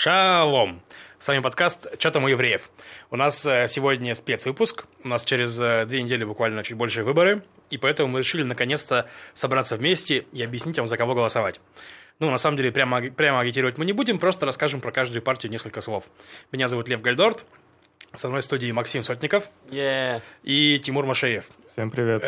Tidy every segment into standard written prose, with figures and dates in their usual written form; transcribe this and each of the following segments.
Шалом! С вами подкаст «Чё там у евреев?». У нас сегодня спецвыпуск. У нас через 2 недели буквально чуть больше выборы. И поэтому мы решили наконец-то собраться вместе и объяснить вам, за кого голосовать. На самом деле, прямо агитировать мы не будем, просто расскажем про каждую партию несколько слов. Меня зовут Лев Гальдорт. Со мной в студии Максим Сотников и Тимур Машеев. Всем привет.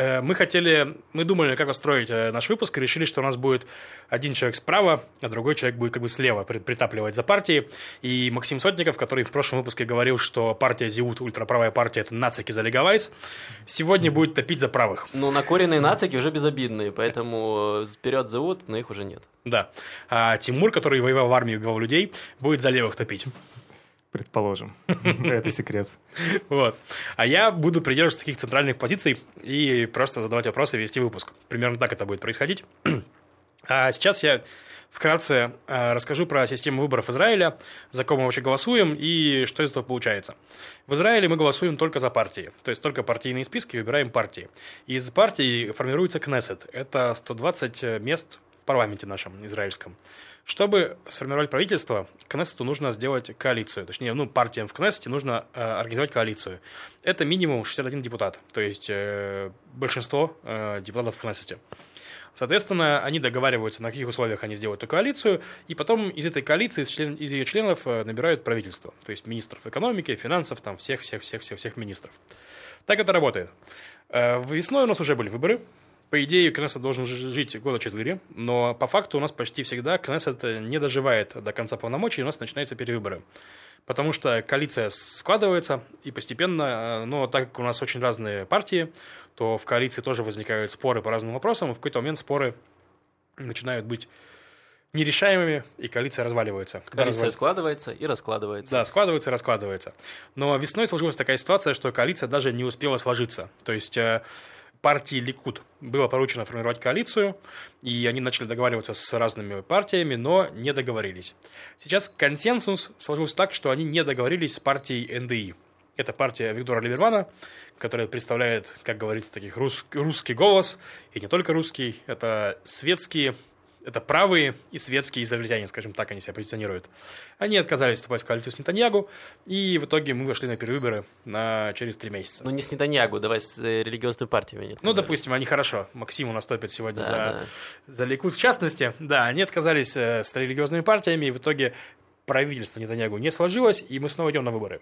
Мы думали, как устроить наш выпуск, и решили, что у нас будет один человек справа, а другой человек будет как бы слева притапливать за партией. И Максим Сотников, который в прошлом выпуске говорил, что партия Зиут, ультраправая партия, это нацики за легавайс, сегодня будет топить за правых. Накуренные нацики уже безобидные, поэтому вперед Зиут, но их уже нет. Да. А Тимур, который воевал в армии и убивал людей, будет за левых топить. Предположим. Это секрет. Вот. А я буду придерживаться таких центральных позиций и просто задавать вопросы и вести выпуск. Примерно так это будет происходить. А сейчас я вкратце расскажу про систему выборов Израиля, за кого мы вообще голосуем и что из этого получается. В Израиле мы голосуем только за партии, то есть только партийные списки, выбираем партии. Из партий формируется Кнессет. Это 120 мест в парламенте нашем израильском. Чтобы сформировать правительство, Кнессету нужно сделать коалицию. Точнее, партиям в Кнессете нужно организовать коалицию. Это минимум 61 депутат, то есть большинство депутатов в Кнессете. Соответственно, они договариваются, на каких условиях они сделают эту коалицию, и потом из этой коалиции, из ее членов набирают правительство, то есть министров экономики, финансов, там всех министров. Так это работает. Весной у нас уже были выборы. По идее, Кнессет должен жить года 4, но по факту у нас почти всегда Кнессет не доживает до конца полномочий, и у нас начинаются перевыборы. Потому что коалиция складывается, и постепенно, так как у нас очень разные партии, то в коалиции тоже возникают споры по разным вопросам, и в какой-то момент споры начинают быть нерешаемыми, и коалиция разваливается. Коалиция складывается и раскладывается. Да, складывается и раскладывается. Но весной сложилась такая ситуация, что коалиция даже не успела сложиться. То есть партии Ликуд было поручено формировать коалицию, и они начали договариваться с разными партиями, но не договорились. Сейчас консенсус сложился так, что они не договорились с партией НДИ. Это партия Виктора Либермана, которая представляет, как говорится, таких русский голос, и не только русский, это светские, это правые и светские израильтяне, скажем так, они себя позиционируют. Они отказались вступать в коалицию с Нетаньягу, и в итоге мы вошли на перевыборы через 3 месяца. Не с Нетаньягу, давай с религиозными партиями. Допустим, они хорошо. Максим у нас топит сегодня за Ликуд в частности. Да, они отказались с религиозными партиями, и в итоге правительство Нетаньягу не сложилось, и мы снова идем на выборы.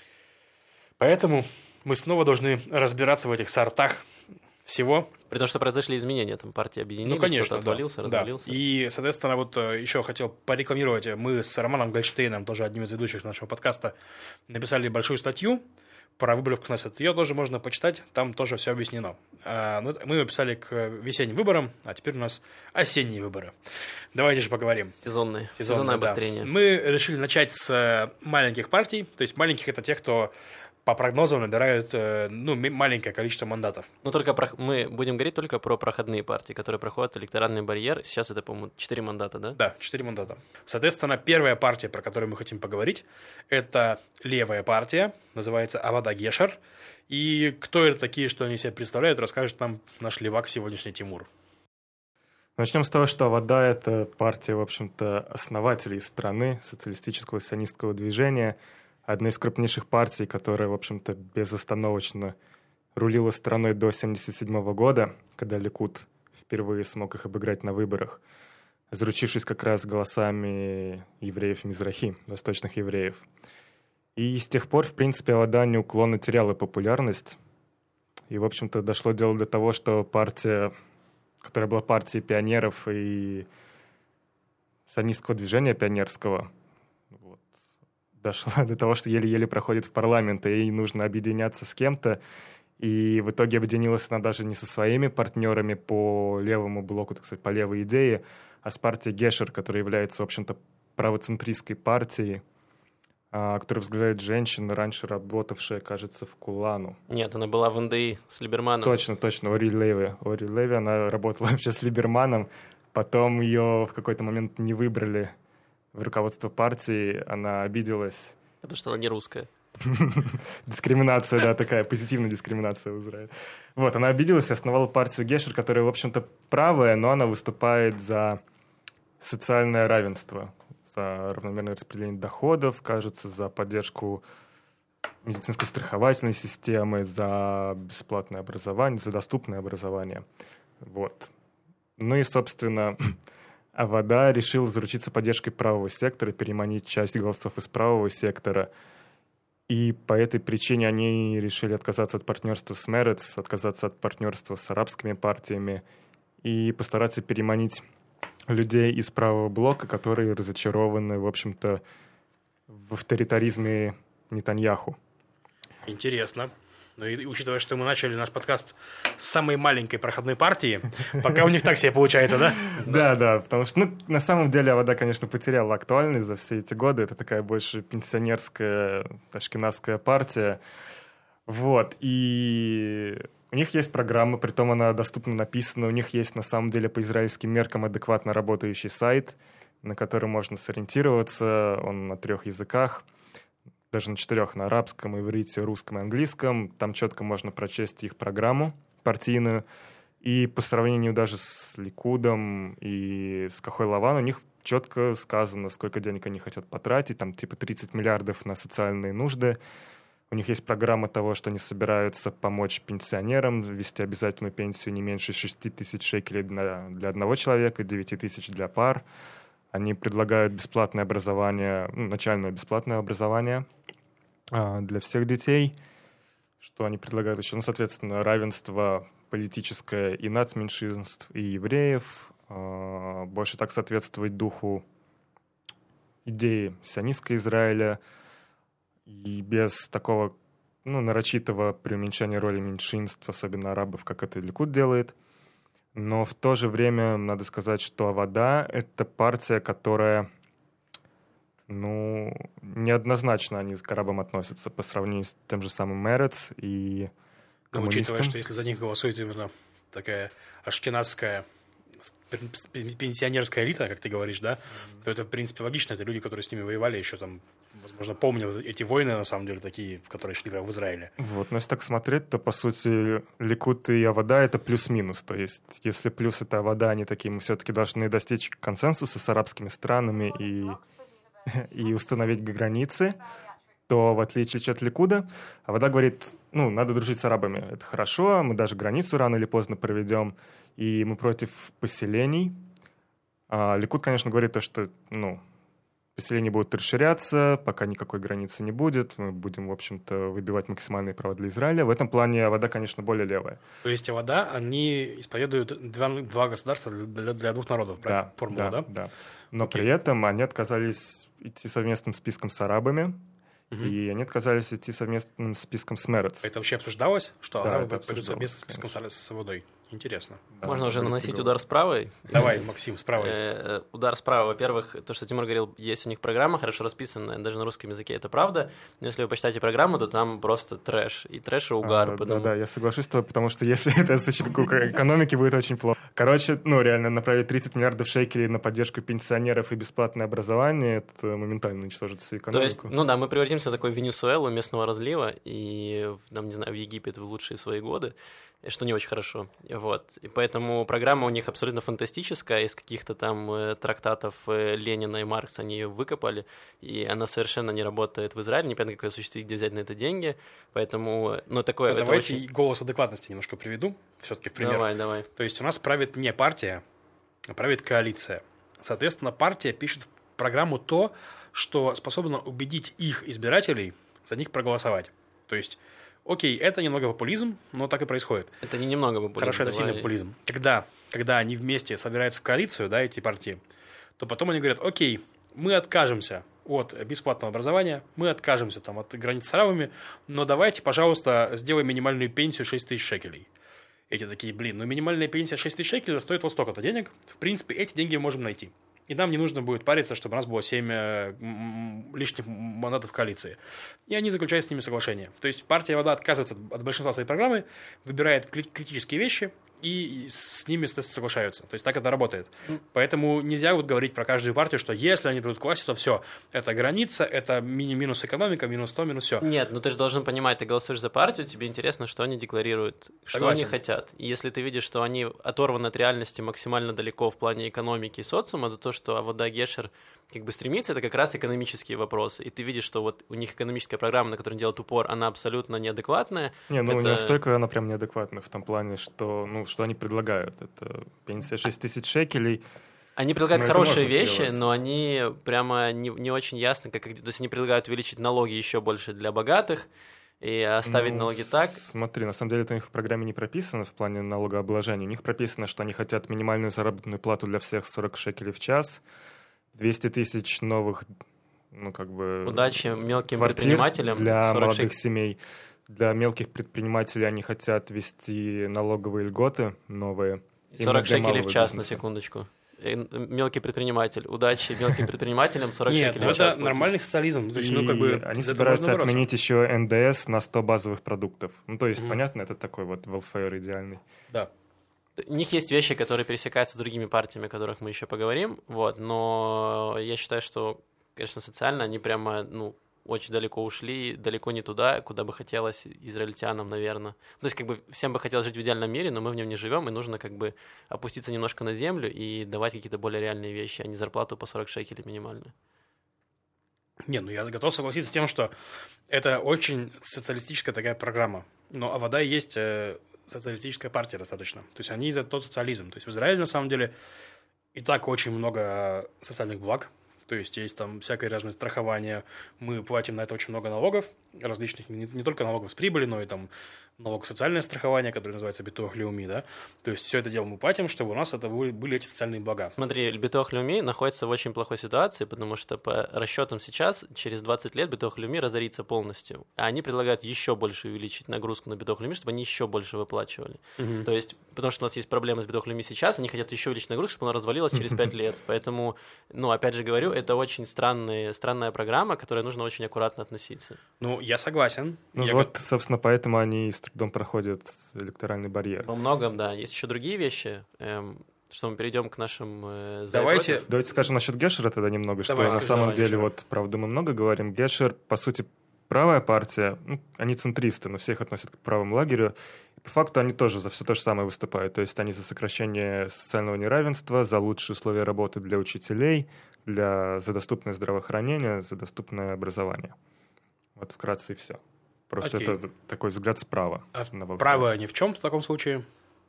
Поэтому мы снова должны разбираться в этих сортах всего. При том, что произошли изменения, там партии объединились, конечно, кто-то отвалился, развалился. Да. И, соответственно, еще хотел порекламировать, мы с Романом Гольштейном, тоже одним из ведущих нашего подкаста, написали большую статью про выборы в Кнессет. Ее тоже можно почитать, там тоже все объяснено. Мы ее писали к весенним выборам, а теперь у нас осенние выборы. Давайте же поговорим. Сезонное обострение. Да. Мы решили начать с маленьких партий, то есть маленьких это тех, кто по прогнозам набирают маленькое количество мандатов. Мы будем говорить только про проходные партии, которые проходят электоральный барьер. Сейчас это, по-моему, 4 мандата, да? Да, 4 мандата. Соответственно, первая партия, про которую мы хотим поговорить, это левая партия, называется Авада Гешер. И кто это такие, что они себя представляют, расскажет нам наш левак сегодняшний Тимур. Начнем с того, что Авада – это партия, в общем-то, основателей страны, социалистического сионистского движения, одна из крупнейших партий, которая, в общем-то, безостановочно рулила страной до 1977 года, когда Ликуд впервые смог их обыграть на выборах, заручившись как раз голосами евреев Мизрахи, восточных евреев. И с тех пор, в принципе, Авада неуклонно теряла популярность. И, в общем-то, дошло дело до того, что партия, которая была партией пионеров и сионистского движения пионерского, дошла до того, что еле-еле проходит в парламент, и ей нужно объединяться с кем-то. И в итоге объединилась она даже не со своими партнерами по левому блоку, так сказать, по левой идее, а с партией Гешер, которая является, в общем-то, правоцентристской партией, которая возглавляет женщина, раньше работавшая, кажется, в Кулану. Нет, она была в НДИ с Либерманом. Точно, Ори Леви, она работала вообще с Либерманом, потом ее в какой-то момент не выбрали в руководство партии, она обиделась. Потому что она не русская. Дискриминация, да, такая позитивная дискриминация в Израиле. Вот, она обиделась и основала партию Гешер, которая, в общем-то, правая, но она выступает за социальное равенство за равномерное распределение доходов, кажется, за поддержку медицинской страховательной системы, за бесплатное образование, за доступное образование. Вот. Ну и, собственно, Авода решил заручиться поддержкой правого сектора, переманить часть голосов из правого сектора. И по этой причине они решили отказаться от партнерства с Мерец, отказаться от партнерства с арабскими партиями и постараться переманить людей из правого блока, которые разочарованы, в общем-то, в авторитаризме Нетаньяху. Интересно. Ну и учитывая, что мы начали наш подкаст с самой маленькой проходной партии, пока у них так себе получается, да? Да, потому что, на самом деле, Авода, конечно, потеряла актуальность за все эти годы. Это такая больше пенсионерская, ашкеназская партия. Вот, и у них есть программа, притом она доступно написана. У них есть, на самом деле, по израильским меркам адекватно работающий сайт, на который можно сориентироваться. Он на 3 языках. Даже на 4, на арабском, иврите, русском и английском. Там четко можно прочесть их программу партийную. И по сравнению даже с Ликудом и с Кахой Лаван у них четко сказано, сколько денег они хотят потратить. Там типа 30 миллиардов на социальные нужды. У них есть программа того, что они собираются помочь пенсионерам ввести обязательную пенсию не меньше 6 тысяч шекелей для одного человека, 9 тысяч для пар. Они предлагают бесплатное образование, начальное бесплатное образование для всех детей. Что они предлагают еще? Соответственно, равенство политическое и нацменьшинств, и евреев. Больше так соответствовать духу идеи сионистского Израиля. И без такого нарочитого преуменьшения роли меньшинств, особенно арабов, как это Ликуд делает. Но в то же время надо сказать, что Авода — это партия, которая, неоднозначно они к арабам относятся по сравнению с тем же самым Мерец и коммунистам. Учитывая, что если за них голосует именно такая ашкеназская пенсионерская элита, как ты говоришь, да, то это, в принципе, логично. Это люди, которые с ними воевали, еще там, возможно, помнят эти войны, на самом деле, такие, которые шли в Израиле. Вот, но если так смотреть, то, по сути, Ликуд и Авода — это плюс-минус. То есть, если плюс — это Авода, они такие, мы все-таки должны достичь консенсуса с арабскими странами и установить границы, то, в отличие от Ликуда, Авода говорит, надо дружить с арабами. Это хорошо, мы даже границу рано или поздно проведем, и мы против поселений. А Ликуд, конечно, говорит то, что, поселения будут расширяться, пока никакой границы не будет, мы будем, в общем-то, выбивать максимальные права для Израиля. В этом плане Авода, конечно, более левая. То есть Авода, они исповедуют два государства для 2 народов, правильно? Формула, да? Да. Но при этом они отказались идти совместным списком с арабами, и они отказались идти совместным списком с Мерец. Это вообще обсуждалось, что арабы это пойдут совместным списком с Аводой? Интересно. Да, можно уже наносить удар с правой. Давай, Максим, с правой. Удар справа. Во-первых, то, что Тимур говорил, есть у них программа, хорошо расписанная, даже на русском языке, это правда. Но если вы почитаете программу, то там просто трэш. И трэш, и угар. Да, я соглашусь с тобой, потому что если это за счет экономики, будет очень плохо. Короче, реально направить 30 миллиардов шекелей на поддержку пенсионеров и бесплатное образование, это моментально уничтожит всю экономику. То есть, мы превратимся в такую Венесуэлу местного разлива, и, в Египет в лучшие свои годы, что не очень хорошо. Вот. И поэтому программа у них абсолютно фантастическая. Из каких-то там трактатов Ленина и Маркса они ее выкопали, и она совершенно не работает в Израиле. Непонятно, как ее осуществить, где взять на это деньги. Поэтому, такое... Давайте очень... голос адекватности немножко приведу, все-таки в пример. Давай. То есть у нас правит не партия, а правит коалиция. Соответственно, партия пишет в программу то, что способно убедить их избирателей за них проголосовать. То есть... Окей, это немного популизм, но так и происходит. Это не немного популизм. Хорошо, это сильный популизм. Когда они вместе собираются в коалицию, да, эти партии, то потом они говорят, окей, мы откажемся от бесплатного образования, мы откажемся там от границ с арабами, но давайте, пожалуйста, сделаем минимальную пенсию 6 тысяч шекелей. Эти такие, минимальная пенсия 6 тысяч шекелей стоит вот столько-то денег. В принципе, эти деньги мы можем найти. И нам не нужно будет париться, чтобы у нас было 7 лишних мандатов в коалиции. И они заключают с ними соглашение. То есть партия Авода отказывается от большинства своей программы, выбирает критические вещи и с ними, соответственно, соглашаются. То есть так это работает. Поэтому нельзя вот говорить про каждую партию, что если они придут к власти, то все, это граница, это минус экономика, минус то, минус все. Нет, ну ты же должен понимать, ты голосуешь за партию, тебе интересно, что они декларируют, что Согласен. они хотят. И если ты видишь, что они оторваны от реальности максимально далеко в плане экономики и социума, то что Авода Гешер как бы стремится, это как раз экономические вопросы. И ты видишь, что вот у них экономическая программа, на которую делают упор, она абсолютно неадекватная. Не, ну это... не настолько она прям неадекватная в том плане, что, ну, что они предлагают. Это пенсия 6 тысяч шекелей. Они предлагают Ну, это хорошие можно вещи, сделать. но они прямо не очень ясно, то есть они предлагают увеличить налоги еще больше для богатых и оставить Ну, налоги так. Смотри, на самом деле это у них в программе не прописано в плане налогообложения. У них прописано, что они хотят минимальную заработную плату для всех 40 шекелей в час, 200 тысяч новых, ну, как бы... Удачи мелким квартир предпринимателям. для 40 молодых шекелей. семей. Для мелких предпринимателей они хотят ввести налоговые льготы новые. 40 Именно для шекелей в малого час, на бизнеса. секундочку. Мелкий предприниматель. Удачи мелким предпринимателям 40 Нет, шекелей ну в час. это нормальный социализм. То есть, ну, как И бы, они за это собираются можно бороться. отменить еще НДС на 100 базовых продуктов. Ну, то есть, Мгм. понятно, это такой вот welfare идеальный. Да. У них есть вещи, которые пересекаются с другими партиями, о которых мы еще поговорим, вот, но я считаю, что, конечно, социально они прямо, ну, очень далеко ушли, далеко не туда, куда бы хотелось израильтянам, наверное. То есть, как бы, всем бы хотелось жить в идеальном мире, но мы в нем не живем, и нужно, как бы, опуститься немножко на землю и давать какие-то более реальные вещи, а не зарплату по 40 шекелей минимальную. Не, ну я готов согласиться с тем, что это очень социалистическая такая программа. Но Авода и есть социалистическая партия достаточно. То есть они за тот социализм. То есть в Израиле, на самом деле, и так очень много социальных благ. То есть есть там всякое разное страхование. Мы платим на это очень много налогов различных, не только налогов с прибыли, но и там налог социальное страхование, которое называется Битуах Леуми, да. То есть все это дело мы платим, чтобы у нас это были эти социальные блага. Смотри, Битуах Леуми находится в очень плохой ситуации, потому что по расчетам сейчас, через 20 лет Битуах Леуми разорится полностью. А они предлагают еще больше увеличить нагрузку на Битуах Леуми, чтобы они еще больше выплачивали. То есть, потому что у нас есть проблемы с Битуах Леуми сейчас, они хотят еще увеличить нагрузку, чтобы она развалилась через 5 лет. Поэтому, ну, опять же говорю, это очень странная программа, к которой нужно очень аккуратно относиться. Ну, я согласен. Ну Я вот, собственно, поэтому они с трудом проходят электоральный барьер. Во многом, да. Есть еще другие вещи. Что мы перейдем к нашим за и Давайте- против. Давайте скажем насчет Гешера тогда немного, Давай, что на скажи, самом давай, деле, Гешера. вот, правда, мы много говорим. Гешер, по сути, правая партия, ну, они центристы, но все их относят к правому лагерю. И по факту они тоже за все то же самое выступают. То есть они за сокращение социального неравенства, за лучшие условия работы для учителей, за доступное здравоохранение, за доступное образование. Вот вкратце и все. Просто Окей. это такой взгляд справа. А на вопрос. право ни в чем в таком случае.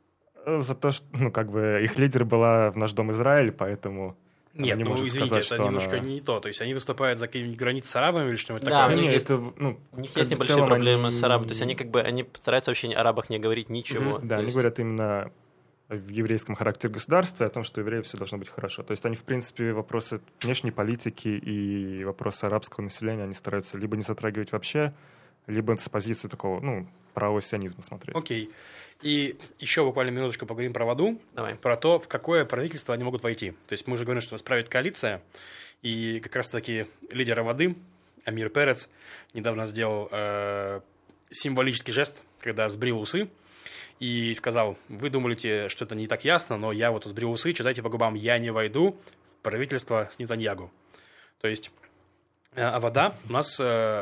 За то, что, ну, как бы, их лидер была в наш дом Израиль, поэтому... Нет, она не ну может извините, сказать, это что немножко она- не то. То есть они выступают за какие-нибудь границы с арабами или что-нибудь Да, такое. у них Не, есть- это, ну, У них как есть бы в небольшие целом проблемы они- с арабами. То есть они стараются вообще о арабах не говорить ничего. Да, То они есть- говорят именно в еврейском характере государства и о том, что евреев все должно быть хорошо. То есть они, в принципе, вопросы внешней политики и вопросы арабского населения они стараются либо не затрагивать вообще, либо с позиции такого, ну, правого сионизма смотреть. Окей. И еще буквально минуточку поговорим про Аводу, Давай. про то, в какое правительство они могут войти. То есть мы уже говорим, что у нас правит коалиция, и как раз-таки лидер Аводы, Амир Перец, недавно сделал символический жест, когда сбрил усы, и сказал: вы думаете, что это не так ясно, но я вот сбрил усы, читайте по губам, я не войду в правительство с Нетаньягу. То есть Авода у нас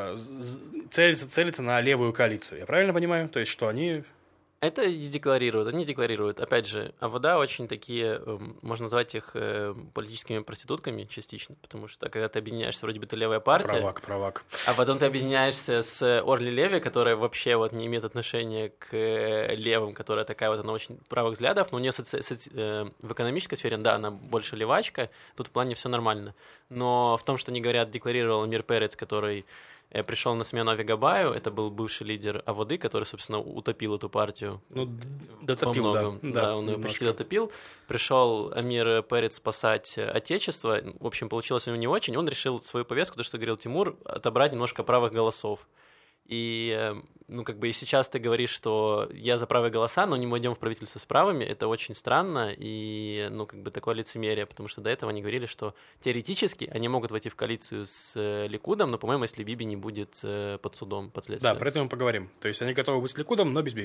целится на левую коалицию. Я правильно понимаю? То есть что они... Это и декларируют. Они декларируют. Опять же, Авода очень такие, можно назвать их политическими проститутками частично, потому что когда ты объединяешься, вроде бы ты левая партия, Провак. а потом ты объединяешься с Орли Леви, которая вообще вот не имеет отношения к левым, которая такая вот, она очень правых взглядов, но у нее в экономической сфере, да, она больше левачка, тут в плане все нормально. Но в том, что они говорят, декларировал Амир Перец, который пришел на смену Ави Габаю, это был бывший лидер Аводы, который, собственно, утопил эту партию. Ну, Во дотопил, многом. Да, он ее немножко. почти дотопил. Пришел Амир Перец спасать Отечество. В общем, получилось у него не очень. Он решил свою повестку, то, что говорил Тимур, отобрать немножко правых голосов. И, ну, как бы и сейчас ты говоришь, что я за правые голоса, но не мы идем в правительство с правыми, это очень странно, и, ну, как бы такое лицемерие, потому что до этого они говорили, что теоретически они могут войти в коалицию с Ликудом, но, по-моему, если Биби не будет под судом, под следствием. Да, про это мы поговорим. То есть они готовы быть с Ликудом, но без Биби.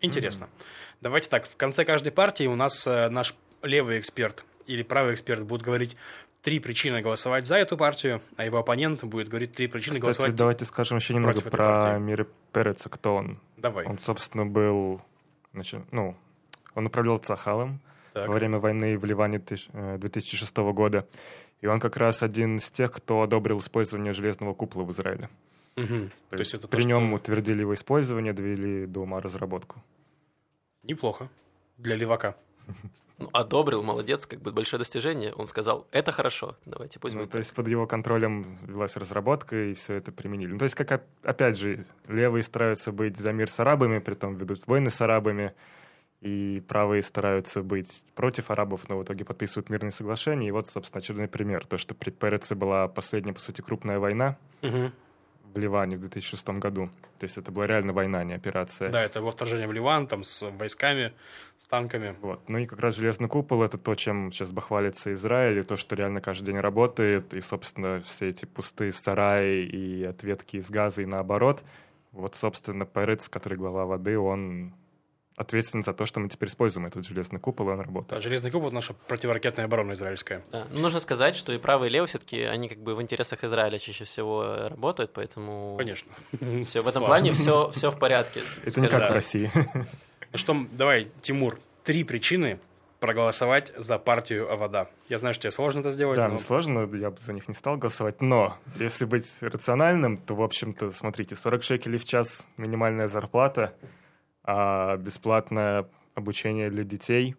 Интересно. Давайте так, в конце каждой партии у нас наш левый эксперт или правый эксперт будет говорить 3 причины голосовать за эту партию, а его оппонент будет говорить 3 причины голосовать. Давайте скажем еще немного про Амира Переца, кто он. Давай. Он, собственно, был... он управлял Цахалом во время войны в Ливане 2006 года. И он как раз один из тех, кто одобрил использование железного купола в Израиле. То есть это при нем утвердили его использование, довели до ума разработку. Неплохо. Для левака. Одобрил, молодец, большое достижение. Он сказал, это хорошо, давайте пусть будет. То есть под его контролем велась разработка, и все это применили. То есть, как, опять же, левые стараются быть за мир с арабами, притом ведут войны с арабами, и правые стараются быть против арабов, но в итоге подписывают мирные соглашения. И вот, собственно, очередной пример. То, что при Переце была последняя, по сути, крупная война в Ливане в 2006 году. То есть это была реально война, а не операция. Да, это было вторжение в Ливан, там с войсками, с танками. Вот. Ну и как раз железный купол — это то, чем сейчас бахвалится Израиль, и то, что реально каждый день работает, и, собственно, все эти пустые сараи и ответки из газа, и наоборот. Вот, собственно, Перец, который глава воды, он ответственен за то, что мы теперь используем этот железный купол, и он работает. Да, железный купол — наша противоракетная оборона израильская. Да. Нужно сказать, что и правый, и левый все-таки, они в интересах Израиля чаще всего работают, поэтому... Конечно. Все, в этом плане все в порядке. Это не как в России. Ну что, давай, Тимур, 3 причины проголосовать за партию Авода. Я знаю, что тебе сложно это сделать. Да, сложно, я бы за них не стал голосовать, но если быть рациональным, то, в общем-то, смотрите, 40 шекелей в час минимальная зарплата, а бесплатное обучение для детей.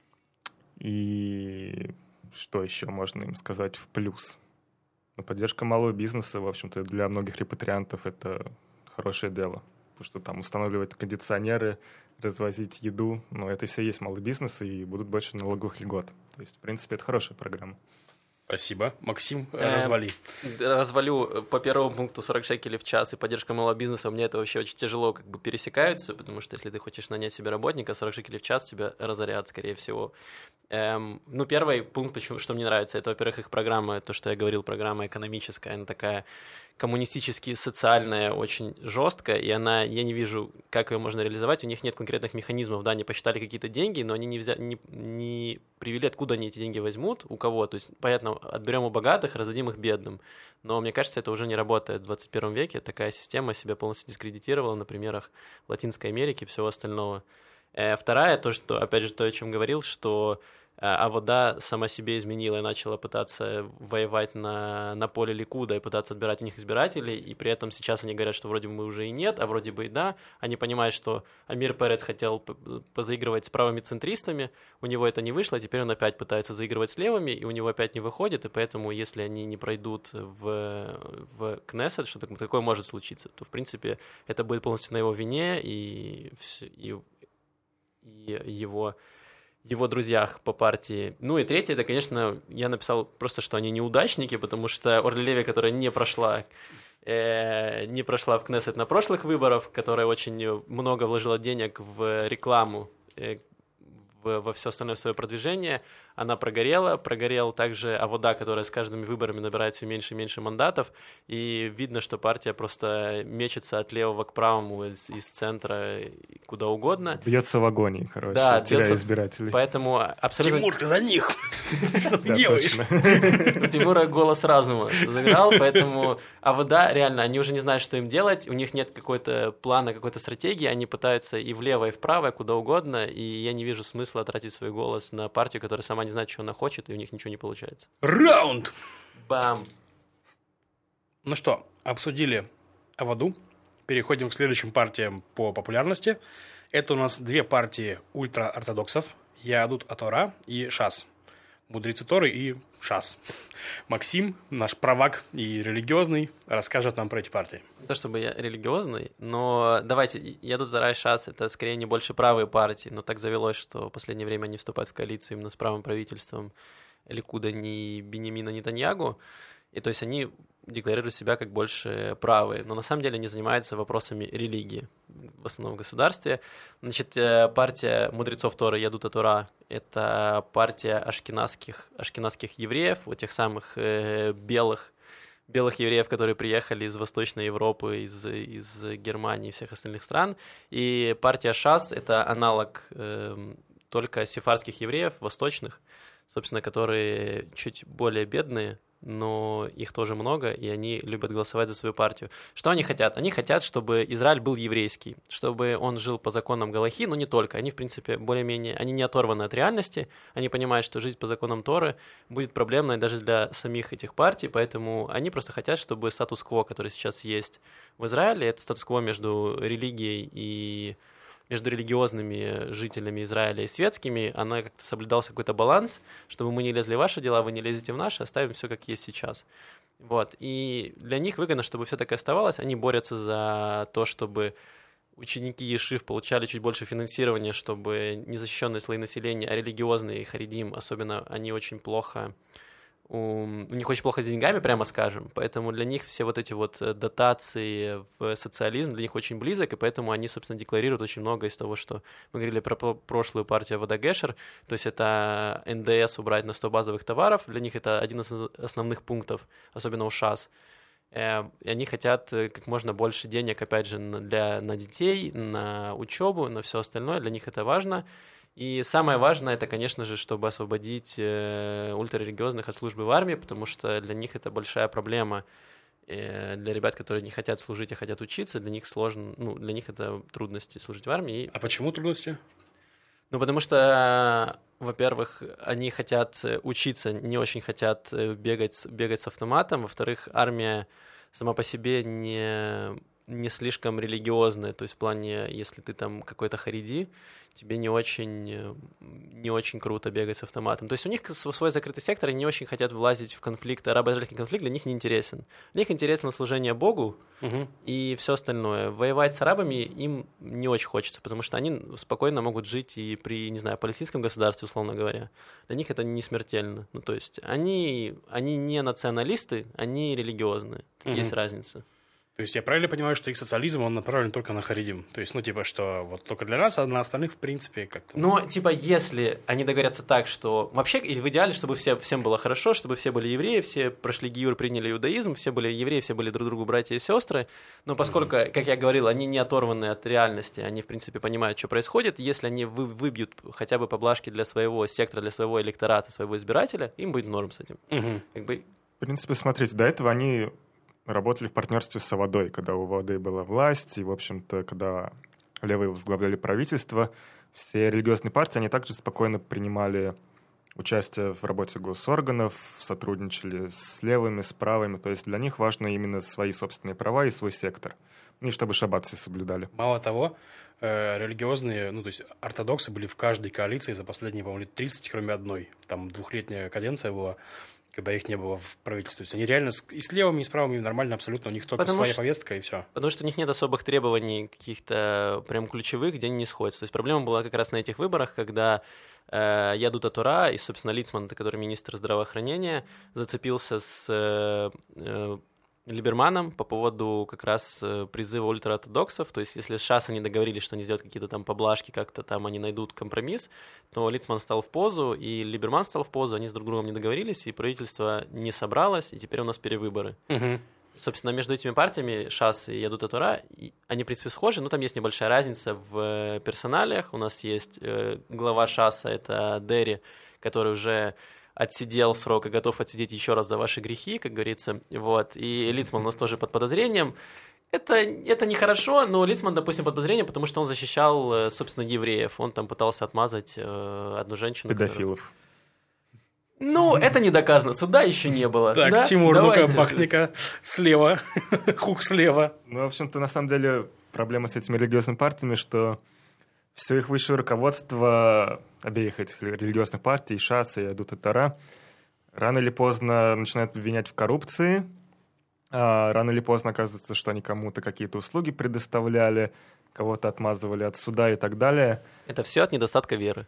И что еще можно им сказать в плюс? Поддержка малого бизнеса, в общем-то, для многих репатриантов это хорошее дело. Потому что там устанавливать кондиционеры, развозить еду, это все есть малый бизнес, и будут больше налоговых льгот. То есть, в принципе, это хорошая программа. Спасибо. Максим, развали. Развалю по первому пункту 40 шекелей в час и поддержка малого бизнеса. У меня это вообще очень тяжело пересекаются, потому что если ты хочешь нанять себе работника, 40 шекелей в час тебя разорят, скорее всего. Первый пункт, что мне нравится, это, во-первых, их программа, то, что я говорил, программа экономическая, она такая коммунистически социальная, очень жесткая, и я не вижу, как ее можно реализовать. У них нет конкретных механизмов, да, они посчитали какие-то деньги, но они не привели, откуда они эти деньги возьмут, у кого. То есть, понятно, отберем у богатых, раздадим их бедным. Но мне кажется, это уже не работает в 21 веке. Такая система себя полностью дискредитировала на примерах Латинской Америки и всего остального. Вторая, то, что, опять же, то, о чем говорил, что Авода сама себе изменила и начала пытаться воевать на поле Ликуда и пытаться отбирать у них избирателей, и при этом сейчас они говорят, что вроде бы уже и нет, а вроде бы и да. Они понимают, что Амир Перец хотел позаигрывать с правыми центристами, у него это не вышло, теперь он опять пытается заигрывать с левыми, и у него опять не выходит, и поэтому, если они не пройдут в Кнессет, что такое может случиться, то, в принципе, это будет полностью на его вине и его друзьях по партии. Ну и третье, это, конечно, я написал просто, что они неудачники, потому что Орли Леви, которая не прошла в Кнессет на прошлых выборах, которая очень много вложила денег в рекламу, во все остальное свое продвижение, она прогорела. Прогорел также Авода, которая с каждыми выборами набирает все меньше и меньше мандатов, и видно, что партия просто мечется от левого к правому, из центра, куда угодно. Бьется в агонии, короче, теряя избирателей. Поэтому абсолютно... Тимур, ты за них! Что ты делаешь? У Тимура голос разума заграл, поэтому Авода, реально, они уже не знают, что им делать, у них нет какой-то плана, какой-то стратегии, они пытаются и влево, и вправо, куда угодно, и я не вижу смысла тратить свой голос на партию, которая сама не знает, что она хочет, и у них ничего не получается. Раунд! Бам! Ну что, обсудили Аводу. Переходим к следующим партиям по популярности. Это у нас 2 партии ультраортодоксов. Яадут ха-Тора и ШАС. Мудрецы Торы и ШАС. Максим, наш правак и религиозный, расскажет нам про эти партии. Не то чтобы я религиозный, но давайте, Яадут ха-Тора и ШАС — это скорее не больше правые партии, но так завелось, что в последнее время они вступают в коалицию именно с правым правительством Ликуда Биньямина Нетаньягу, и то есть они декларируют себя как больше правые, но на самом деле они занимаются вопросами религии в основном в государстве. Значит, партия мудрецов Торы Яадут ха-Тора — это партия ашкеназских евреев, вот тех самых белых белых евреев, которые приехали из Восточной Европы, из Германии и всех остальных стран. И партия ШАС — это аналог только сефардских евреев, восточных, собственно, которые чуть более бедные, но их тоже много, и они любят голосовать за свою партию. Что они хотят? Они хотят, чтобы Израиль был еврейский, чтобы он жил по законам Галахи, но не только. Они, в принципе, более-менее, они не оторваны от реальности, они понимают, что жизнь по законам Торы будет проблемной даже для самих этих партий, поэтому они просто хотят, чтобы статус-кво, который сейчас есть в Израиле, это статус-кво между религией и между религиозными жителями Израиля и светскими, она как-то соблюдался какой-то баланс, чтобы мы не лезли в ваши дела, вы не лезете в наши, оставим все как есть сейчас. Вот. И для них выгодно, чтобы все так и оставалось. Они борются за то, чтобы ученики ешив получали чуть больше финансирования, чтобы незащищенные слои населения, а религиозные харидим, особенно, они очень плохо... У них очень плохо с деньгами, прямо скажем, поэтому для них все вот эти вот дотации в социализм для них очень близок, и поэтому они, собственно, декларируют очень много из того, что мы говорили про прошлую партию Авода-Гешер, то есть это НДС убрать на 100 базовых товаров, для них это один из основных пунктов, особенно у ШАС. И они хотят как можно больше денег, опять же, на детей, на учебу, на все остальное, для них это важно. И самое важное, это, конечно же, чтобы освободить ультрарелигиозных от службы в армии, потому что для них это большая проблема. Для ребят, которые не хотят служить, а хотят учиться, для них сложно, ну, для них это трудности служить в армии. А почему трудности? Ну, потому что, во-первых, они хотят учиться, не очень хотят бегать с автоматом. Во-вторых, армия сама по себе не слишком религиозная, то есть в плане, если ты там какой-то хариди, тебе не очень круто бегать с автоматом. То есть у них свой закрытый сектор, они не очень хотят влазить в конфликт, арабо-израильский конфлик для них не интересен. Для них интересно служение Богу и все остальное. Воевать с арабами им не очень хочется, потому что они спокойно могут жить и при, не знаю, палестинском государстве, условно говоря. Для них это не смертельно. Ну, то есть они не националисты, они религиозные. Тут есть разница. То есть я правильно понимаю, что их социализм, он направлен только на харидим? То есть, ну, типа, что вот только для нас, а на остальных, в принципе, как-то... Но, типа, если они договорятся так, что... Вообще, в идеале, чтобы всем было хорошо, чтобы все были евреи, все прошли гиюр, приняли иудаизм, все были евреи, все были друг другу братья и сестры. Но поскольку, как я говорил, они не оторваны от реальности, они, в принципе, понимают, что происходит, если они выбьют хотя бы поблажки для своего сектора, для своего электората, своего избирателя, им будет норм с этим. Как бы... В принципе, смотрите, до этого они... работали в партнерстве с Аводой, когда у Аводы была власть, и, в общем-то, когда левые возглавляли правительство, все религиозные партии, они также спокойно принимали участие в работе госорганов, сотрудничали с левыми, с правыми, то есть для них важно именно свои собственные права и свой сектор, и чтобы шаббат все соблюдали. Мало того, религиозные, ну, то есть ортодоксы были в каждой коалиции за последние, по-моему, лет 30, кроме одной. Там 2-летняя каденция была, когда их не было в правительстве. То есть они реально и с левыми, и с правыми нормально абсолютно. У них только своя повестка, и все. Потому что у них нет особых требований каких-то прям ключевых, где они не сходятся. То есть проблема была как раз на этих выборах, когда Ядут а-Тора и, собственно, Лицман, который министр здравоохранения, зацепился с Либерманом по поводу как раз призыва ультраортодоксов. То есть если с ШАС они договорились, что они сделают какие-то там поблажки, как-то там они найдут компромисс, то Лицман стал в позу, и Либерман стал в позу, они с друг другом не договорились, и правительство не собралось, и теперь у нас перевыборы. Собственно, между этими партиями, ШАС и Ядут а-Тора, они, в принципе, схожи, но там есть небольшая разница в персоналиях. У нас есть глава ШАСа, это Дерри, который уже отсидел срок и готов отсидеть еще раз за ваши грехи, как говорится. Вот. И Лицман у нас тоже под подозрением. Это нехорошо, но Лицман, допустим, под подозрением, потому что он защищал, собственно, евреев. Он там пытался отмазать одну женщину. Педофилов. Ну, это не доказано, суда еще не было. Так, да? Тимур, ну-ка, бахни-ка слева, хук слева. Ну, в общем-то, на самом деле, проблема с этими религиозными партиями, что все их высшее руководство обеих этих религиозных партий, ШАС и Ядут а-Тора, рано или поздно начинают обвинять в коррупции, а рано или поздно оказывается, что они кому-то какие-то услуги предоставляли, кого-то отмазывали от суда и так далее. Это все от недостатка веры.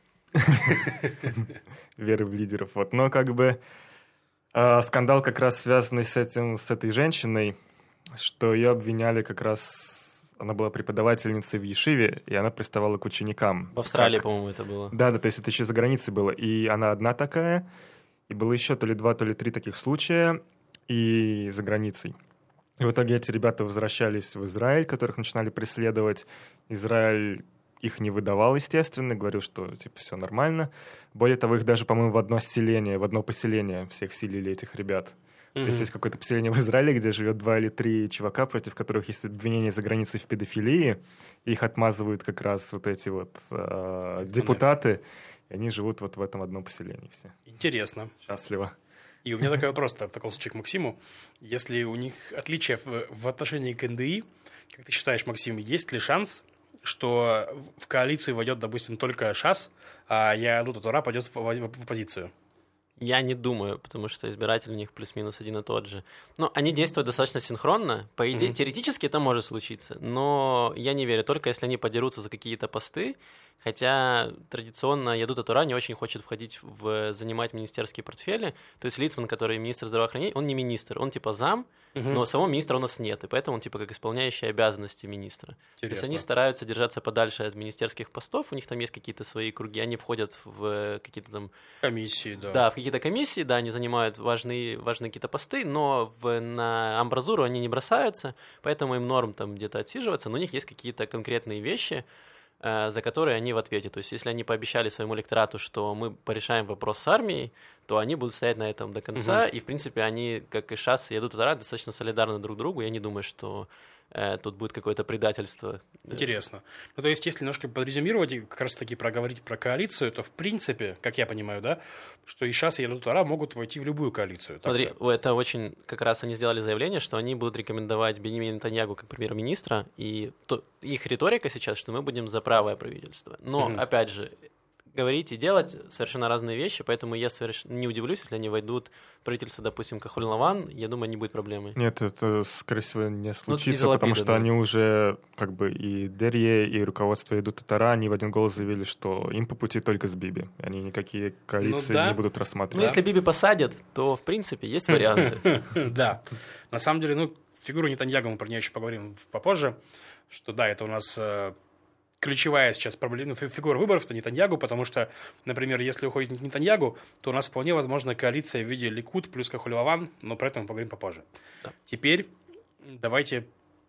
Веры в лидеров. Вот. Но как бы скандал как раз связанный с этой женщиной, что ее обвиняли как раз... Она была преподавательницей в Ешиве, и она приставала к ученикам. В Австралии, по-моему, это было. Да, то есть это еще за границей было. И она одна такая, и было еще то ли 2, то ли 3 таких случая. и за границей. И в итоге эти ребята возвращались в Израиль, которых начинали преследовать. Израиль их не выдавал, естественно, говорил, что типа все нормально. Более того, их даже, по-моему, в одно поселение всех селили, этих ребят. То есть какое-то поселение в Израиле, где живет 2 или 3 чувака, против которых есть обвинения за границей в педофилии. Их отмазывают как раз вот эти вот депутаты. И они живут вот в этом одном поселении все. Интересно. Счастливо. И у меня такой вопрос в таком случае к Максиму. Если у них отличия в отношении к НДИ, как ты считаешь, Максим, есть ли шанс, что в коалицию войдет, допустим, только ШАС, а Яадут ха-Тора пойдет в оппозицию? Я не думаю, потому что избиратель у них плюс-минус один и тот же. Но они действуют достаточно синхронно. По идее, теоретически это может случиться, но я не верю, только если они подерутся за какие-то посты. Хотя традиционно Яадут ха-Тора не очень хочет занимать министерские портфели. То есть Лицман, который министр здравоохранения, он не министр, он типа зам, но самого министра у нас нет, и поэтому он типа как исполняющий обязанности министра. Интересно. То есть они стараются держаться подальше от министерских постов, у них там есть какие-то свои круги, они входят в какие-то там... Комиссии, да. Да, в какие-то комиссии, да, они занимают важные какие-то посты, но на амбразуру они не бросаются, поэтому им норм там где-то отсиживаться, но у них есть какие-то конкретные вещи, за которые они в ответе. То есть, если они пообещали своему электорату, что мы порешаем вопрос с армией, то они будут стоять на этом до конца, и, в принципе, они, как и ШАС и Яадут ха-Тора, достаточно солидарны друг другу. Я не думаю, что тут будет какое-то предательство. Интересно. Ну, то есть, если немножко подрезюмировать и как раз-таки проговорить про коалицию, то, в принципе, как я понимаю, да, что и ШАС, и Яадут ха-Тора могут войти в любую коалицию. Смотри, это очень... Как раз они сделали заявление, что они будут рекомендовать Беньямина Нетаньяху как премьер-министра, и их риторика сейчас, что мы будем за правое правительство. Но, опять же, говорить и делать совершенно разные вещи, поэтому я совершенно не удивлюсь, если они войдут в правительство, допустим, Кахоль-Лаван, я думаю, не будет проблемы. Нет, это, скорее всего, не случится, потому что они уже, как бы, и Дерье, и руководство Яадут ха-Тора, они в один голос заявили, что им по пути только с Биби. Они никакие коалиции не будут рассматривать. Ну, если Биби посадят, то, в принципе, есть варианты. Да. На самом деле, фигуру Нетаньяху мы про нее еще поговорим попозже, что да, это у нас... ключевая сейчас проблема, фигура выборов — это Нетаньяху, потому что, например, если уходит Нетаньяху, то у нас вполне возможна коалиция в виде Ликуд плюс Кахоль-Лаван, но про это мы поговорим попозже. Да. Теперь давайте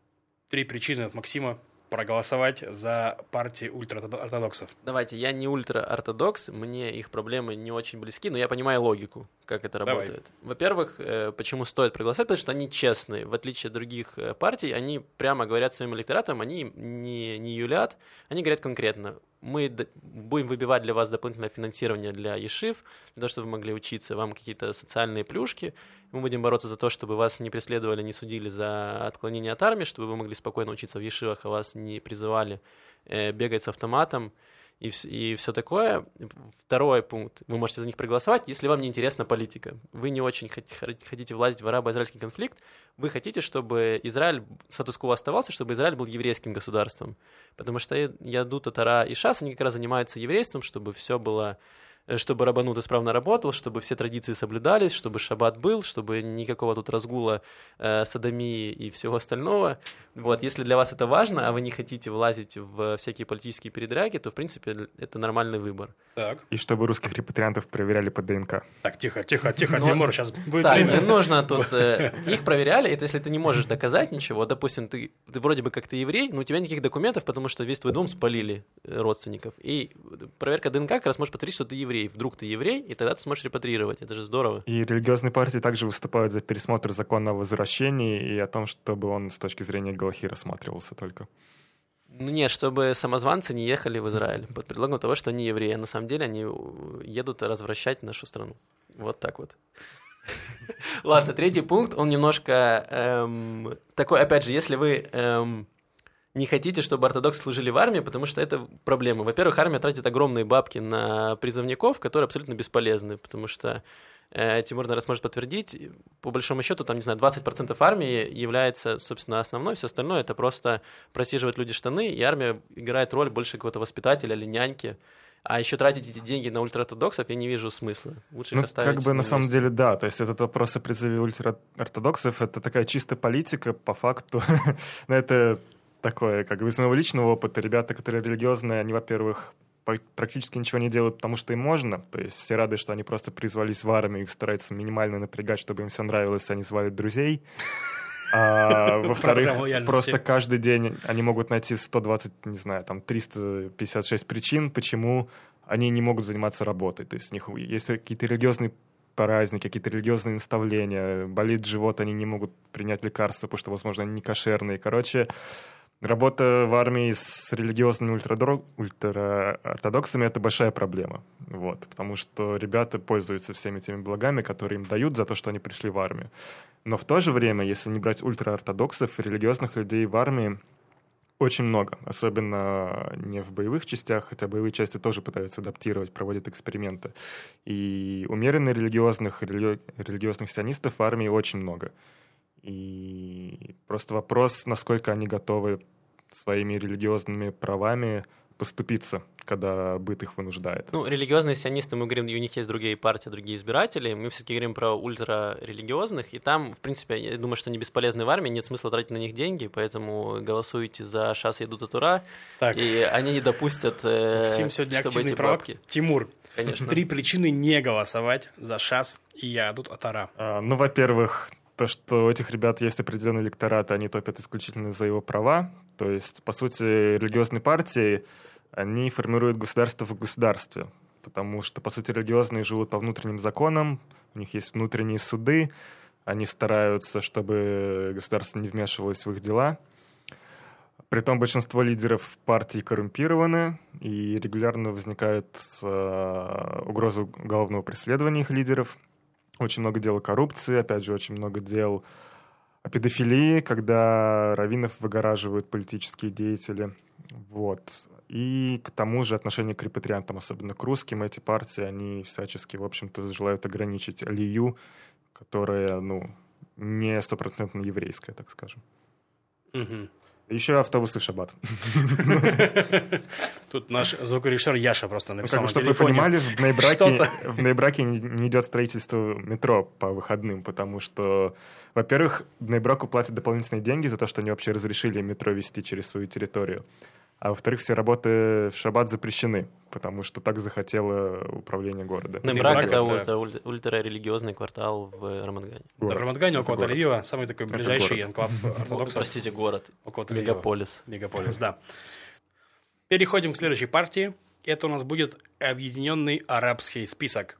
3 причины от Максима проголосовать за партии ультраортодоксов. Давайте, я не ультраортодокс, мне их проблемы не очень близки, но я понимаю логику, как это работает. Во-первых, почему стоит проголосовать, потому что они честные. В отличие от других партий, они прямо говорят своим электоратам, они не юлят, они говорят конкретно: мы будем выбивать для вас дополнительное финансирование для ешив, для того, чтобы вы могли учиться, вам какие-то социальные плюшки. Мы будем бороться за то, чтобы вас не преследовали, не судили за отклонение от армии, чтобы вы могли спокойно учиться в ешивах, а вас не призывали бегать с автоматом и все такое. Второй пункт. Вы можете за них проголосовать, если вам не интересна политика. Вы не очень хотите влазить в арабо-израильский конфликт. Вы хотите, чтобы Израиль, статус-кво оставался, чтобы Израиль был еврейским государством. Потому что Яадут ха-Тора и ШАС, они как раз занимаются еврейством, чтобы все было... чтобы рабанут исправно работал, чтобы все традиции соблюдались, чтобы шаббат был, чтобы никакого тут разгула содомии и всего остального. Вот, если для вас это важно, а вы не хотите влазить в всякие политические передряги, то, в принципе, это нормальный выбор. Так. И чтобы русских репатриантов проверяли по ДНК. Так, тихо, Тимур, сейчас будет... Так, не нужно тут... Их проверяли, это если ты не можешь доказать ничего, допустим, ты вроде бы как ты еврей, но у тебя никаких документов, потому что весь твой дом спалили родственников. И проверка ДНК как раз может подтвердить, что ты еврей. Вдруг ты еврей, и тогда ты сможешь репатрировать. Это же здорово. И религиозные партии также выступают за пересмотр закона о возвращении и о том, чтобы он с точки зрения галахи рассматривался только. Ну нет, чтобы самозванцы не ехали в Израиль под предлогом того, что они евреи. А на самом деле они едут развращать нашу страну. Вот так вот. Ладно, третий пункт, он немножко такой, опять же, если вы... не хотите, чтобы ортодоксы служили в армии, потому что это проблема. Во-первых, армия тратит огромные бабки на призывников, которые абсолютно бесполезны, потому что Тимур, наверное, сможет подтвердить, по большому счету, там, не знаю, 20% армии является, собственно, основной, все остальное это просто просиживать люди штаны, и армия играет роль больше какого-то воспитателя или няньки. А еще тратить эти деньги на ультраортодоксов я не вижу смысла. Лучше их оставить. Как бы на самом деле, да. То есть этот вопрос о призыве ультраортодоксов — это такая чистая политика, по факту. Но это такое, как бы из моего личного опыта. Ребята, которые религиозные, они, во-первых, практически ничего не делают, потому что им можно. То есть все рады, что они просто призвались в армию, их стараются минимально напрягать, чтобы им все нравилось, они звали друзей. А во-вторых, просто каждый день они могут найти 120, не знаю, там 356 причин, почему они не могут заниматься работой. То есть у них есть какие-то религиозные праздники, какие-то религиозные наставления, болит живот, они не могут принять лекарства, потому что, возможно, они не кошерные. Короче, работа в армии с религиозными ультраортодоксами — это большая проблема. Вот, потому что ребята пользуются всеми теми благами, которые им дают за то, что они пришли в армию. Но в то же время, если не брать ультраортодоксов, религиозных людей в армии очень много, особенно не в боевых частях, хотя боевые части тоже пытаются адаптировать, проводят эксперименты. И умеренно религиозных сионистов в армии очень много. И просто вопрос, насколько они готовы своими религиозными правами поступиться, когда быт их вынуждает. Ну, религиозные сионисты, мы говорим, у них есть другие партии, другие избиратели, мы все-таки говорим про ультрарелигиозных, и там, в принципе, я думаю, что они бесполезны в армии, нет смысла тратить на них деньги, поэтому голосуйте за ШАС Едут от Ура, и они не допустят, Максим сегодня чтобы активный эти провок. бабки... Тимур, Конечно. 3 причины не голосовать за ШАС и Едут от Ура. Ну, во-первых, то, что у этих ребят есть определенный электорат, они топят исключительно за его права. То есть, по сути, религиозные партии, они формируют государство в государстве. Потому что, по сути, религиозные живут по внутренним законам, у них есть внутренние суды, они стараются, чтобы государство не вмешивалось в их дела. Притом большинство лидеров партий коррумпированы, и регулярно возникает угроза уголовного преследования их лидеров. Очень много дел о коррупции, опять же, очень много дел о педофилии, когда раввинов выгораживают политические деятели. Вот. И к тому же отношение к репатриантам, особенно к русским, эти партии, они всячески, в общем-то, желают ограничить алию, которая, не стопроцентно еврейская, так скажем. Угу. Еще автобусы в шаббат. Тут наш звукорежиссер Яша просто написал на телефоне. Чтобы вы понимали, в Ноябраке не идет строительство метро по выходным, потому что, во-первых, Ноябраку платят дополнительные деньги за то, что они вообще разрешили метро вести через свою территорию. А во-вторых, все работы в шаббат запрещены, потому что так захотело управление города. Ноябрак — это ультрарелигиозный квартал в Рамадгане. Да, в Рамадгане, около Тель-Авива, самый такой ближайший энклав ортодоксов. Простите, город. Около Мегаполис. Мегаполис, да. Переходим к следующей партии. Это у нас будет Объединенный арабский список.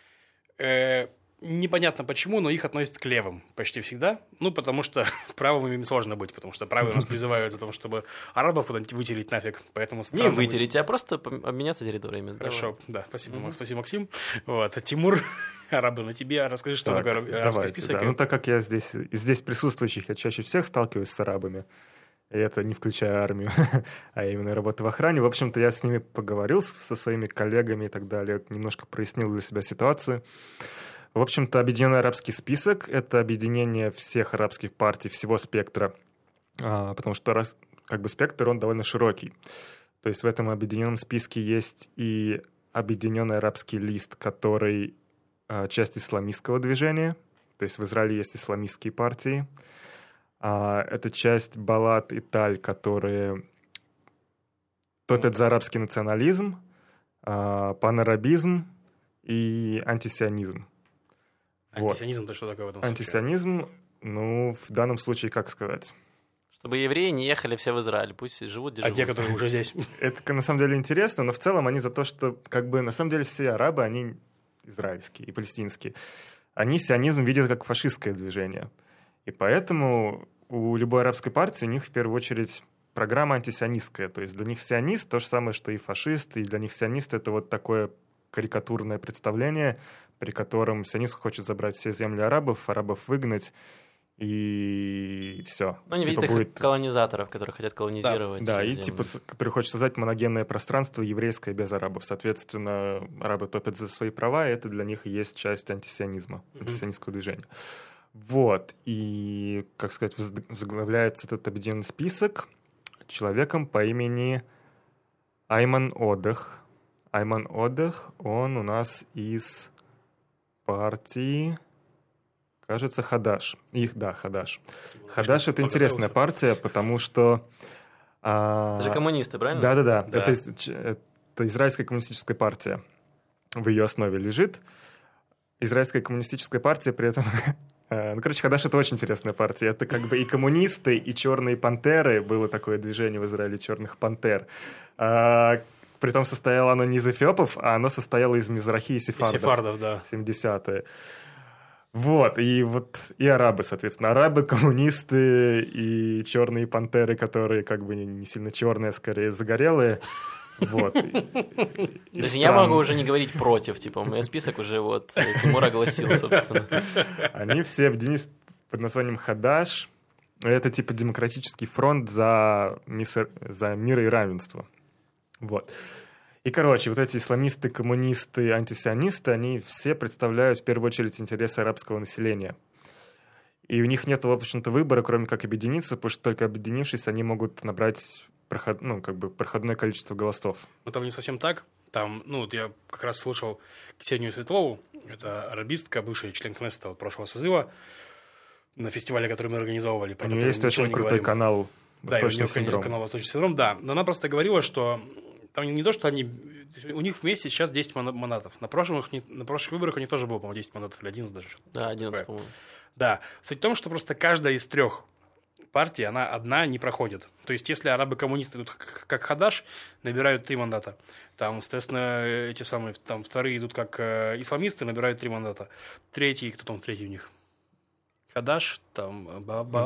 Непонятно почему, но их относят к левым почти всегда. Потому что правым им сложно быть, потому что правые у нас призывают за то, чтобы арабов куда-нибудь вытереть нафиг. Поэтому не вытереть, а просто обменяться территориями. Хорошо, да, спасибо, спасибо, Максим. Вот, Тимур, арабы на тебе, расскажи, что такое арабский список. Да. Так как я здесь присутствующих, я чаще всех сталкиваюсь с арабами, и это не включая армию, а именно работу в охране. В общем-то, я с ними поговорил, со своими коллегами и так далее, немножко прояснил для себя ситуацию. В общем-то, Объединенный арабский список — это объединение всех арабских партий, всего спектра, потому что спектр, он довольно широкий. То есть в этом объединенном списке есть и Объединенный арабский лист, который часть исламистского движения, то есть в Израиле есть исламистские партии. Это часть Балат и Таль, которые топят за арабский национализм, панарабизм и антисионизм. Антисионизм — это что такое в этом случае? Антисионизм, в данном случае, как сказать? Чтобы евреи не ехали все в Израиль, пусть живут, где живут. Те, которые уже здесь? Это, на самом деле, интересно, но в целом они за то, что, на самом деле, все арабы, они израильские и палестинские. Они сионизм видят как фашистское движение. И поэтому у любой арабской партии у них, в первую очередь, программа антисионистская. То есть для них сионист — то же самое, что и фашист, и для них сионист — это вот такое карикатурное представление, при котором сионист хочет забрать все земли арабов выгнать, и все. Они видят их колонизаторов, которые хотят колонизировать. Да, и которые хотят создать моногенное пространство еврейское без арабов. Соответственно, арабы топят за свои права, и это для них и есть часть антисионизма, антисионистского движения. Вот, и, возглавляется этот объединенный список человеком по имени Айман Одах. Айман Одах, он у нас из партии, кажется, Хадаш. Хадаш. Хадаш — это интересная партия, потому что... Это же коммунисты, правильно? Да. Это это Израильская коммунистическая партия. В ее основе лежит. Израильская коммунистическая партия при этом... Ну, короче, Хадаш — это очень интересная партия. Это как бы и коммунисты, и черные пантеры. Было такое движение в Израиле черных пантер. Притом состояло оно не из эфиопов, а оно состояло из мизрахи и сефардов. Сефардов, да. 70-е. Вот, и арабы, соответственно. Арабы, коммунисты и черные пантеры, которые как бы не сильно черные, а скорее загорелые. Вот. То есть я могу уже не говорить против, типа, мой список уже вот Тимур огласил, собственно. Они все объединились под названием Хадаш. Это типа демократический фронт за мир и равенство. Вот. И, короче, вот эти исламисты, коммунисты, антисионисты, они все представляют в первую очередь интересы арабского населения. И у них нет, в общем-то, выбора, кроме как объединиться, потому что только объединившись, они могут набрать проходное количество голосов. Но там не совсем так. Там, вот я как раз слушал Ксению Светлову, это арабистка, бывший член Кнессета прошлого созыва, на фестивале, который мы организовывали. У нее есть очень крутой канал «Восточный синдром». Канал «Восточный синдром», да. Но она просто говорила, что там не то, что у них вместе сейчас 10 мандатов. На прошлых выборах у них тоже было, по-моему, 10 мандатов или 11 даже. Да, 11, по-моему. Да. Суть в том, что просто каждая из 3 партий, она одна не проходит. То есть, если арабы-коммунисты идут как Хадаш, набирают 3 мандата. Там, соответственно, эти самые, там, вторые идут как исламисты, набирают 3 мандата. Третий, кто там третий у них? Хадаш, там...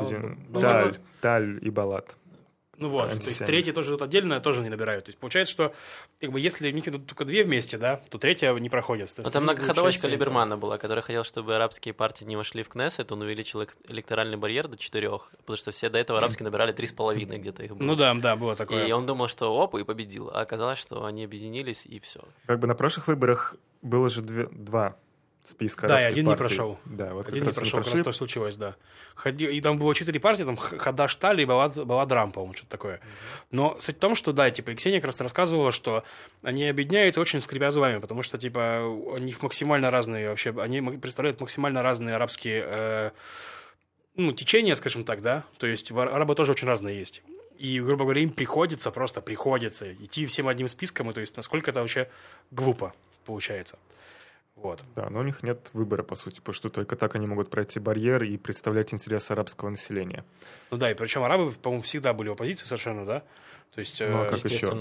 Таль и Балат. Ну вот, то есть третий тоже идут отдельно, тоже не набирают. То есть получается, что как бы, если у них идут только 2 вместе, да, то третья не проходит. Но там многоходовочка Либермана была, который хотел, чтобы арабские партии не вошли в Кнессет, он увеличил электоральный барьер до 4, потому что все до этого арабские набирали 3,5 где-то их было. Ну да, было такое. И он думал, что и победил, а оказалось, что они объединились, и все. Как бы на прошлых выборах было же 2 списка арабских партий. Да, и один не прошел. Да, вот один не прошел, как раз то случилось, да. И там было 4 партии, там Хадаш, Таль и Баладрам, по-моему, что-то такое. Но суть в том, что, да, типа, и Ксения как раз рассказывала, что они объединяются очень скрипя зубами, потому что, типа, у них максимально разные вообще, они представляют максимально разные арабские, течения, скажем так, да, то есть арабы тоже очень разные есть. И, грубо говоря, им приходится идти всем одним списком, и то есть насколько это вообще глупо получается. Вот. Да, но у них нет выбора, по сути, потому что только так они могут пройти барьер и представлять интересы арабского населения. Ну да, и причем арабы, по-моему, всегда были в оппозиции совершенно, да? То есть, ну а как еще?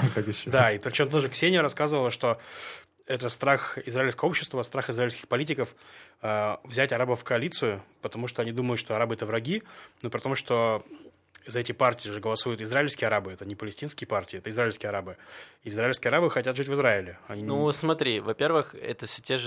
Да, и причем тоже Ксения рассказывала, что это страх израильского общества, страх израильских политиков взять арабов в коалицию, потому что они думают, что арабы — это враги, но при том, что за эти партии же голосуют израильские арабы, это не палестинские партии, это израильские арабы. Израильские арабы хотят жить в Израиле. Ну, смотри, во-первых, это те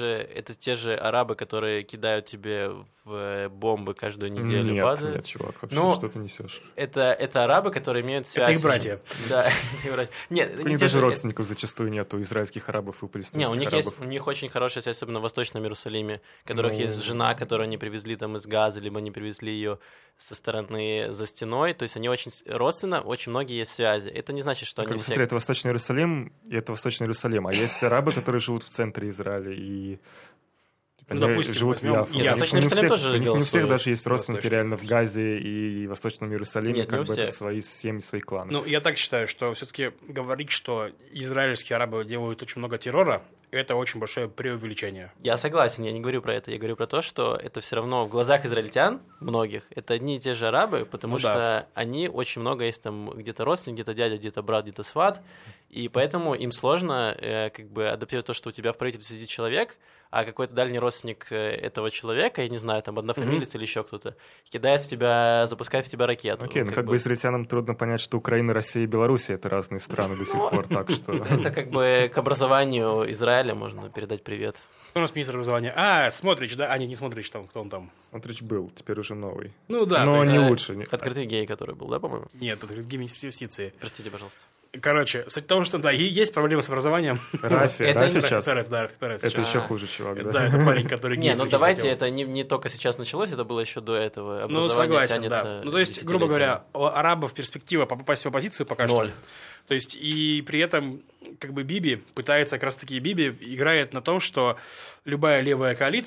же арабы, которые кидают тебе в бомбы каждую неделю базы. Нет, чувак, вообще что ты несешь? Это арабы, которые имеют связь. Это их братья. Да, это их братья. Нет, у них даже родственников зачастую нет, у израильских арабов и у палестинских арабов. У них очень хорошая связь, особенно в Восточном Иерусалиме, у которых есть жена, которую они привезли там из Газа, либо они привезли ее со стороны за стеной, то есть они очень родственно, очень многие есть связи. Это не значит, что они Смотри, это Восточный Иерусалим, и это Восточный Иерусалим, а есть арабы, которые живут в центре Израиля, и допустим, живут в Яффу. Нет, Восточный Иерусалим тоже у них не у всех даже есть родственники реально в Газе и Восточном Иерусалиме, как бы это свои семьи, свои кланы. Ну, я так считаю, что все-таки говорить, что израильские арабы делают очень много террора, это очень большое преувеличение. Я согласен, я не говорю про это. Я говорю про то, что это все равно в глазах израильтян, многих, это одни и те же арабы, потому что они очень много есть там где-то родственник, где-то дядя, где-то брат, где-то сват, и поэтому им сложно как бы адаптировать то, что у тебя в правительстве сидит человек, а какой-то дальний родственник этого человека, я не знаю, там однофамилец или еще кто-то, кидает в тебя, запускает в тебя ракету. Окей, ну как бы израильтянам трудно понять, что Украина, Россия и Белоруссия — это разные страны до сих пор, так что... Это как бы к образованию Израиля можно передать привет. Кто у нас министр образования? Смотрич, да? Не Смотрич, там, кто он там? Смотрич был, теперь уже новый. Ну да. Но не лучше. Открытый гей, который был, да, по-моему? Нет, открытый гей юстиции. Простите, пожалуйста. Короче, суть в том, что да, есть проблемы с образованием. Рафи сейчас. Перес. Это еще хуже, чувак, да? Да, это парень, который гей. Не, ну давайте, это не только сейчас началось, это было еще до этого. Ну, согласен, да. Ну, то есть, грубо говоря, у арабов перспектива попасть в оппозицию пока что. То есть, и при этом, как бы, Биби пытается, как раз-таки Биби играет на том, что любая левая коалиция,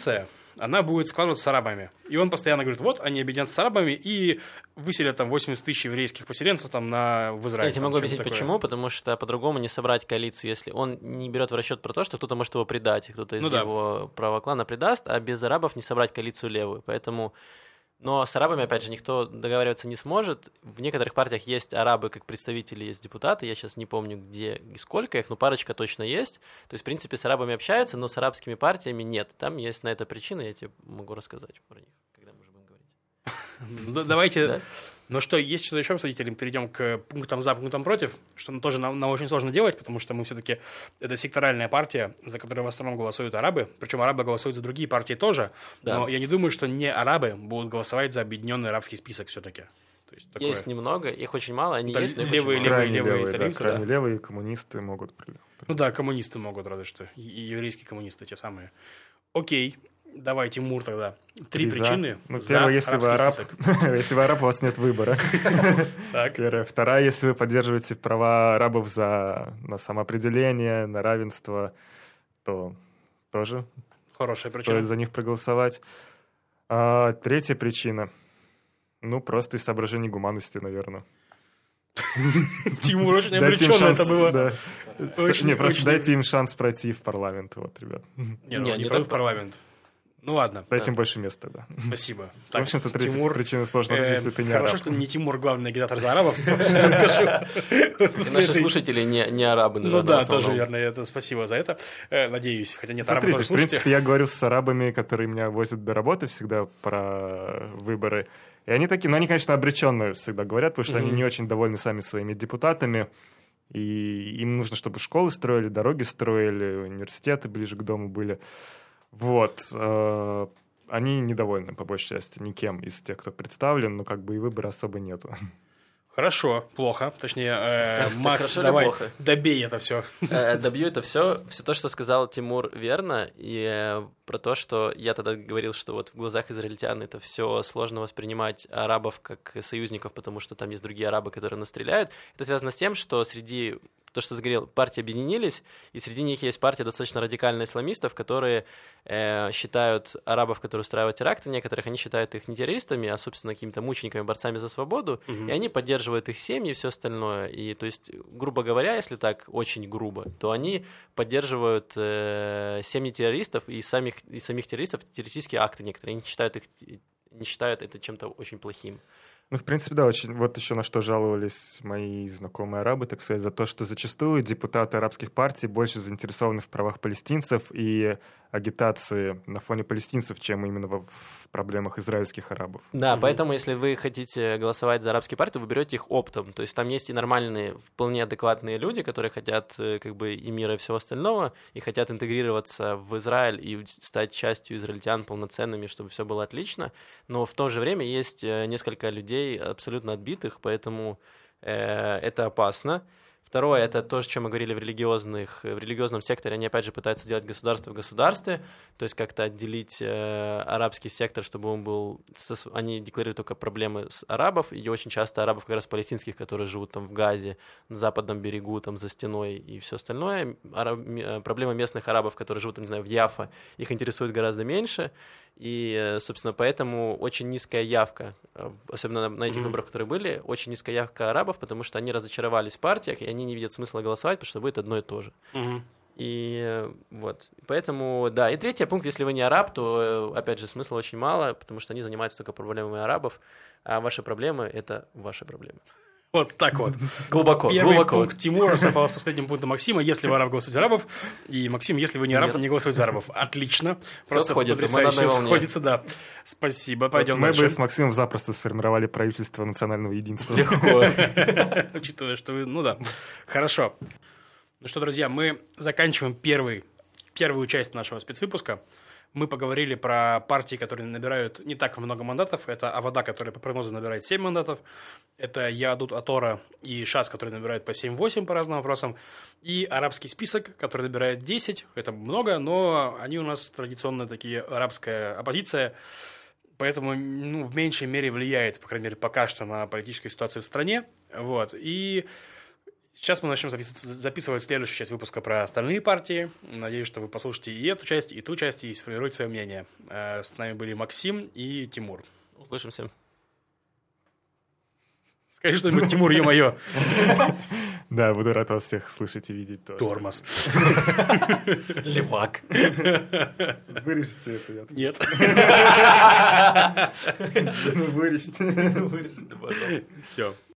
она будет складываться с арабами. И он постоянно говорит, вот, они объединятся с арабами и выселят там 80 тысяч еврейских поселенцев там в Израиль. Я тебе могу объяснить, почему. Потому что по-другому не собрать коалицию, если он не берет в расчет про то, что кто-то может его предать, и кто-то из его правого клана предаст, а без арабов не собрать коалицию левую. Поэтому... Но с арабами, опять же, никто договариваться не сможет. В некоторых партиях есть арабы как представители, есть депутаты. Я сейчас не помню, где и сколько их, но парочка точно есть. То есть, в принципе, с арабами общаются, но с арабскими партиями нет. Там есть на это причины, я тебе могу рассказать про них, когда мы уже будем говорить. Давайте... Да? Но что, есть что-то еще обсудить, или перейдем к пунктам за, пунктам против, что тоже нам очень сложно делать, потому что мы все-таки, это секторальная партия, за которую в основном голосуют арабы, причем арабы голосуют за другие партии тоже, да. Но я не думаю, что не арабы будут голосовать за объединенный арабский список все-таки. То есть, такое... есть немного, их очень мало, они есть, но их левые итальянцы, да, крайне левые коммунисты могут. Ну да, коммунисты могут, разве что, и еврейские коммунисты те самые. Окей. Давай, Тимур, тогда. Три причины. Первое, если вы араб, если вы араб, у вас нет выбора. Первое. Вторая, если вы поддерживаете права арабов на самоопределение, на равенство, то тоже хорошая причина. Стоит за них проголосовать. Третья причина. Просто из соображений гуманности, наверное. Тимур очень обреченно это было. Не, просто дайте им шанс пройти в парламент, вот, ребят. Не пройдут в парламент. Ну ладно. Дайте им больше места, да. Спасибо. В общем-то, третья причина сложности, если ты не араб. Хорошо, что не Тимур главный агитатор за арабов, я скажу. Наши слушатели не арабы, наверное. Ну да, тоже верно. Спасибо за это. Надеюсь, хотя нет арабов. Смотрите, в принципе, я говорю с арабами, которые меня возят до работы всегда про выборы. И они такие, они, конечно, обреченно всегда говорят, потому что они не очень довольны сами своими депутатами. И им нужно, чтобы школы строили, дороги строили, университеты ближе к дому были. Вот. Они недовольны, по большей части, никем из тех, кто представлен, но и выбора особо нету. Хорошо, плохо. Точнее, Макс, давай, добей это все. Добью это все. Все то, что сказал Тимур, верно. И про то, что я тогда говорил, что вот в глазах израильтян это все сложно воспринимать арабов как союзников, потому что там есть другие арабы, которые нас стреляют. Это связано с тем, что среди... То, что ты говорил, партии объединились, и среди них есть партия достаточно радикальных исламистов, которые считают арабов, которые устраивают теракты, некоторых они считают их не террористами, а, собственно, какими-то мучениками, борцами за свободу, и они поддерживают их семьи и все остальное. И, то есть, грубо говоря, если так очень грубо, то они поддерживают семьи террористов и самих террористов, террористические акты некоторые. Они не считают это чем-то очень плохим. В принципе, да, очень. Вот еще на что жаловались мои знакомые арабы, так сказать, за то, что зачастую депутаты арабских партий больше заинтересованы в правах палестинцев и агитации на фоне палестинцев, чем именно в проблемах израильских арабов. Да, поэтому, если вы хотите голосовать за арабские партии, вы берете их оптом. То есть там есть и нормальные, вполне адекватные люди, которые хотят и мира, и всего остального, и хотят интегрироваться в Израиль и стать частью израильтян полноценными, чтобы все было отлично. Но в то же время есть несколько людей абсолютно отбитых, поэтому это опасно. Второе, это то, о чем мы говорили в религиозном секторе, они опять же пытаются делать государство в государстве, то есть как-то отделить арабский сектор, чтобы он был... Они декларируют только проблемы с арабов, и очень часто арабов как раз палестинских, которые живут там в Газе, на западном берегу, там за стеной и все остальное. Проблемы местных арабов, которые живут, не знаю, в Яффа, их интересует гораздо меньше. И, собственно, поэтому очень низкая явка, особенно на этих выборах, которые были, очень низкая явка арабов, потому что они разочаровались в партиях, и они не видят смысла голосовать, потому что будет одно и то же. И вот, поэтому, да. И третий пункт, если вы не араб, то, опять же, смысла очень мало, потому что они занимаются только проблемами арабов, а ваши проблемы — это ваши проблемы. Вот так вот. Глубоко. Первый пункт Тимура совпал с последним пунктом Максима. Если вы араб, голосуйте за арабов. И Максим, если вы не араб, не голосуйте за арабов. Отлично. Просто потрясающе сходится, да. Спасибо. Пойдем мы дальше. бы с Максимом запросто сформировали правительство национального единства. Легко. Учитывая, что вы... Ну да. Хорошо. Ну что, друзья, мы заканчиваем первую часть нашего спецвыпуска. Мы поговорили про партии, которые набирают не так много мандатов. Это Авода, который по прогнозу набирает 7 мандатов. Это Яадут Атора и ШАС, которые набирают по 7-8 по разным вопросам. И арабский список, который набирает 10. Это много, но они у нас традиционно такие арабская оппозиция. Поэтому в меньшей мере влияет, по крайней мере, пока что на политическую ситуацию в стране. Вот. И Сейчас мы начнем записывать следующую часть выпуска про остальные партии. Надеюсь, что вы послушаете и эту часть, и ту часть, и сформируете свое мнение. С нами были Максим и Тимур. Услышимся. Скажи что-нибудь, Тимур, ё-моё. Да, буду рад вас всех слышать и видеть тоже. Тормоз. Левак. Вырежьте это. Нет. Вырежьте. Вырежите, пожалуйста. Все.